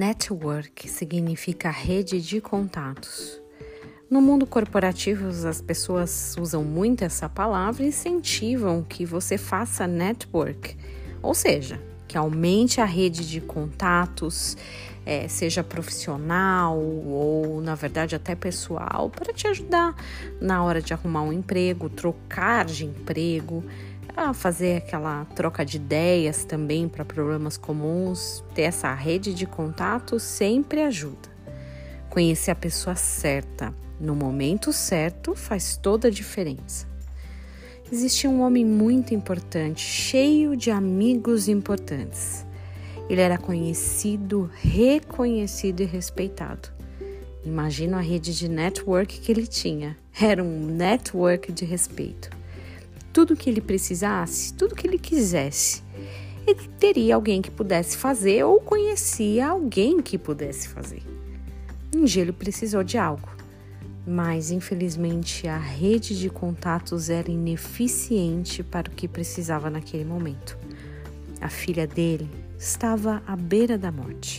Network significa rede de contatos. No mundo corporativo, as pessoas usam muito essa palavra e incentivam que você faça network, ou seja, que aumente a rede de contatos, seja profissional ou, na verdade, até pessoal, para te ajudar na hora de arrumar um emprego, trocar de emprego, a fazer aquela troca de ideias também para problemas comuns. Ter essa rede de contatos sempre ajuda. Conhecer a pessoa certa no momento certo faz toda a diferença. Existia um homem muito importante, cheio de amigos importantes. Ele era conhecido, reconhecido e respeitado. Imagina a rede de network que ele tinha. Era um network de respeito. Tudo que ele precisasse, tudo que ele quisesse, ele teria alguém que pudesse fazer ou conhecia alguém que pudesse fazer. Um dia ele precisou de algo, mas infelizmente a rede de contatos era ineficiente para o que precisava naquele momento. A filha dele estava à beira da morte.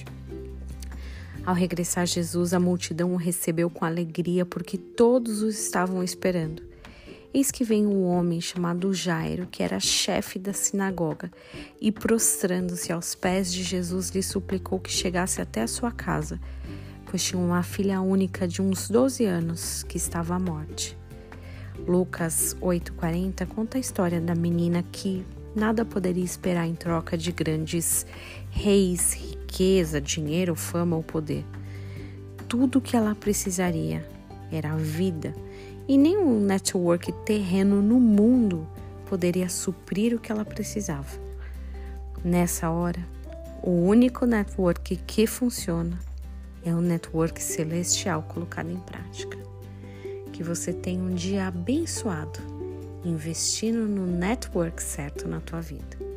Ao regressar Jesus, a multidão o recebeu com alegria porque todos o estavam esperando. Eis que vem um homem chamado Jairo, que era chefe da sinagoga, e prostrando-se aos pés de Jesus, lhe suplicou que chegasse até a sua casa, pois tinha uma filha única de uns 12 anos que estava à morte. Lucas 8,40 conta a história da menina que nada poderia esperar em troca de grandes reis, riqueza, dinheiro, fama ou poder. Tudo o que ela precisaria era a vida, e nenhum network terreno no mundo poderia suprir o que ela precisava. Nessa hora, o único network que funciona é o network celestial colocado em prática. Que você tenha um dia abençoado, investindo no network certo na tua vida.